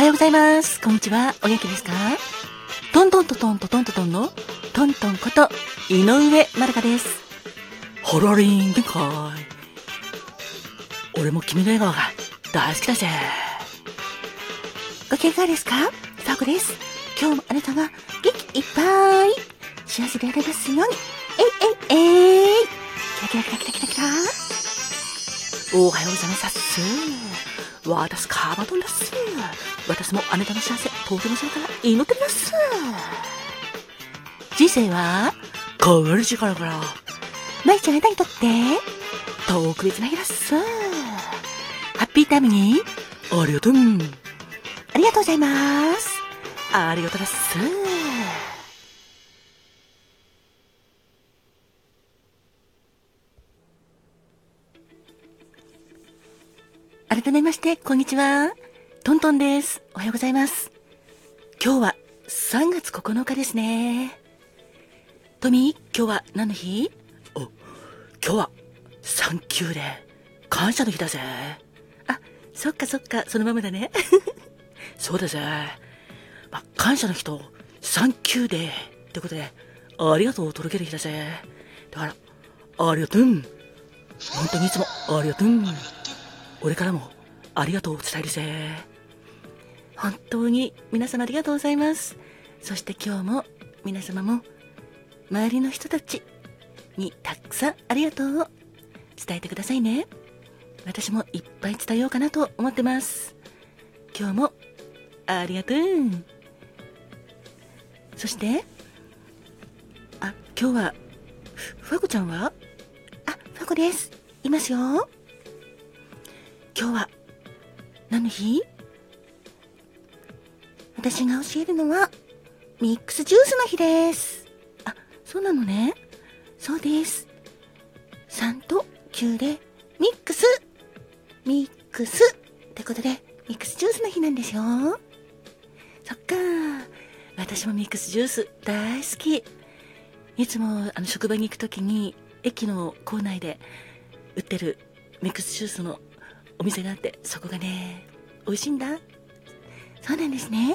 はようございます。こんにちは。お元気ですか？トントントトントトントトンのトントンこと井上まるかです。ホロリン限界。俺も君の笑顔が大好きだぜ。ご機嫌いかがですか？さあこです。今日もあなたが元気いっぱい幸せでありますように。キラキラキラキラキラキラ。おはようございます。私カバトンです。私もあなたの幸せとてもそれから祈っております。人生は変わる時間だから毎日あなたにとって特別な日です。ハッピータイムにありがとう。ありがとうございます。ありがとうです。改めましてこんにちは、トントンです。おはようございます。今日は3月9日ですね。トミー、今日は何の日？今日はサンキューで感謝の日だぜ。あ、そっかそのままだね。そうだぜ。感謝の日とサンキューデーってことでありがとうを届ける日だぜ。だからありがとう。本当にいつもありがとう。俺からもありがとうを伝えるぜ。本当に皆様ありがとうございます。そして今日も皆様も周りの人たちにたくさんありがとうを伝えてくださいね。私もいっぱい伝えようかなと思ってます。今日もありがとう。そして今日はファコちゃんはファコです。いますよ。今日は何の日？私が教えるのはミックスジュースの日です。そうなのね。そうです。3と9でミックスってことでミックスジュースの日なんですよ。そっか。私もミックスジュース大好き。いつも職場に行くときに駅の構内で売ってるミックスジュースのお店があって、そこがね美味しいんだ。そうなんですね。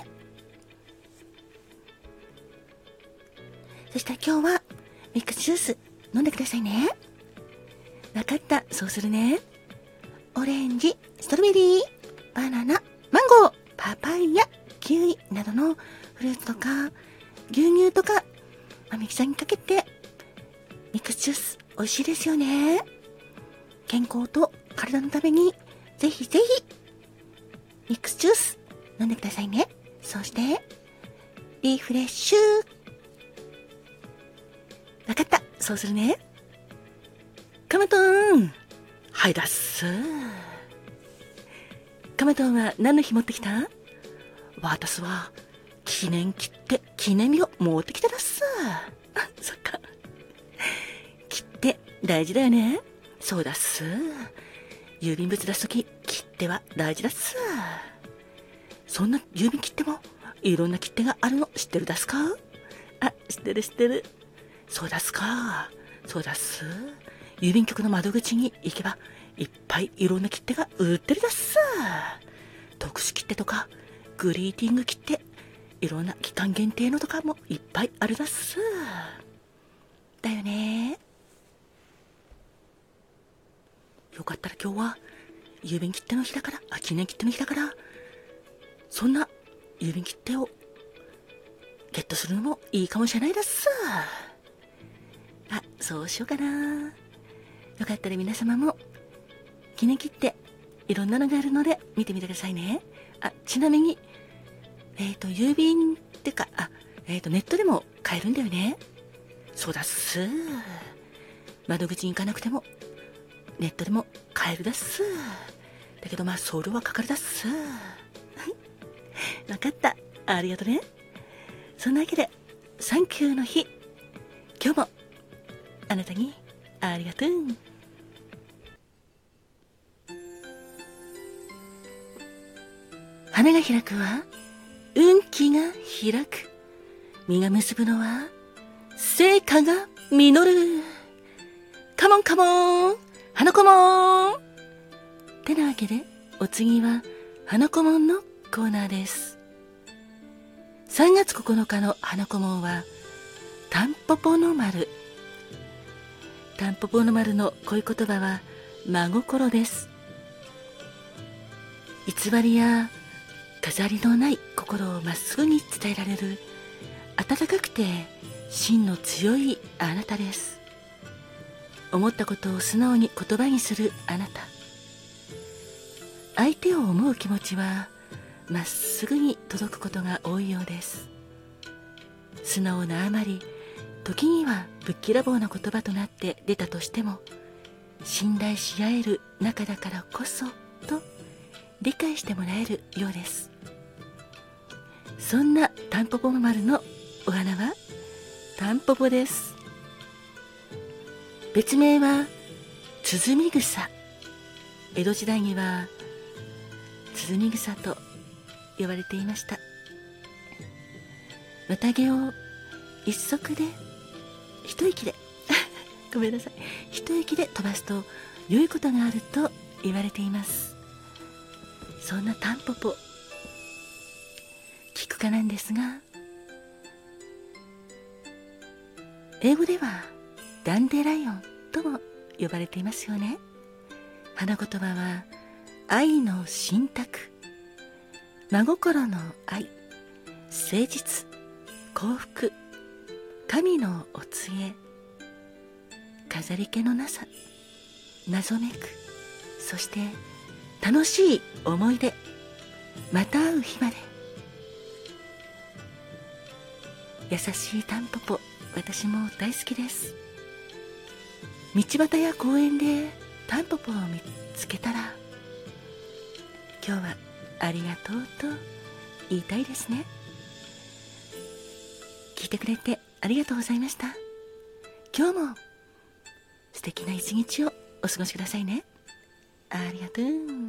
そしたら今日はミックスジュース飲んでくださいね。わかった。そうするね。オレンジ、ストロベリー、バナナ、マンゴー、パパイヤ、キウイなどのフルーツとか牛乳とかミキサーにかけてミックスジュース美味しいですよね。健康と体のためにぜひぜひミックスジュース飲んでくださいね。そしてリフレッシュ。わかった。そうするね。カマトン、はいだっす。カマトンは何の日持ってきた？私は記念切手、記念日を持ってきただっす。そっか。切手大事だよね。そうだっす。郵便物出すとき切手は大事だっす。そんな郵便切手もいろんな切手があるの知ってるだすか？知ってる。そうだっすか。そうだっす。郵便局の窓口に行けばいっぱいいろんな切手が売ってるだっす。特殊切手とかグリーティング切手、いろんな期間限定のとかもいっぱいあるだっす。だよね。よかったら今日は郵便切手の日だから、記念切手の日だから、そんな郵便切手をゲットするのもいいかもしれないだっす。そうしようかな。よかったら皆様も記念切手いろんなのがあるので見てみてくださいね。ちなみに郵便ってかネットでも買えるんだよね。そうだっす。窓口に行かなくてもネットでも買えるだっす。だけど送料はかかるだっす。わかった。ありがとね。そんなわけでサンキューの日、今日もあなたにありがとう。花が開くは運気が開く。実が結ぶのは成果が実る。カモンカモン、花子もん。てなわけでお次は花子もんのコーナーです。3月9日の花子門はタンポポの丸。タンポポの丸の恋言葉は真心です。偽りや飾りのない心をまっすぐに伝えられる温かくて芯の強いあなたです。思ったことを素直に言葉にするあなた。相手を思う気持ちはまっすぐに届くことが多いようです。素直なあまり、時にはぶっきらぼうな言葉となって出たとしても、信頼し合える仲だからこそと理解してもらえるようです。そんなタンポポ丸のお花はタンポポです。別名は鼓草。江戸時代には鼓草と呼ばれていました。綿毛を一足で一息でごめんなさい、一息で飛ばすと良いことがあると言われています。そんなタンポポ、キク科なんですが、英語ではダンデライオンとも呼ばれていますよね。花言葉は愛の信託、真心の愛、誠実、幸福、神のお告げ、飾り気のなさ、謎めく、そして楽しい思い出、また会う日まで。優しいタンポポ、私も大好きです。道端や公園でタンポポを見つけたら、今日はありがとうと言いたいですね。聞いてくれてありがとうございました。今日も素敵な一日をお過ごしくださいね。ありがとう。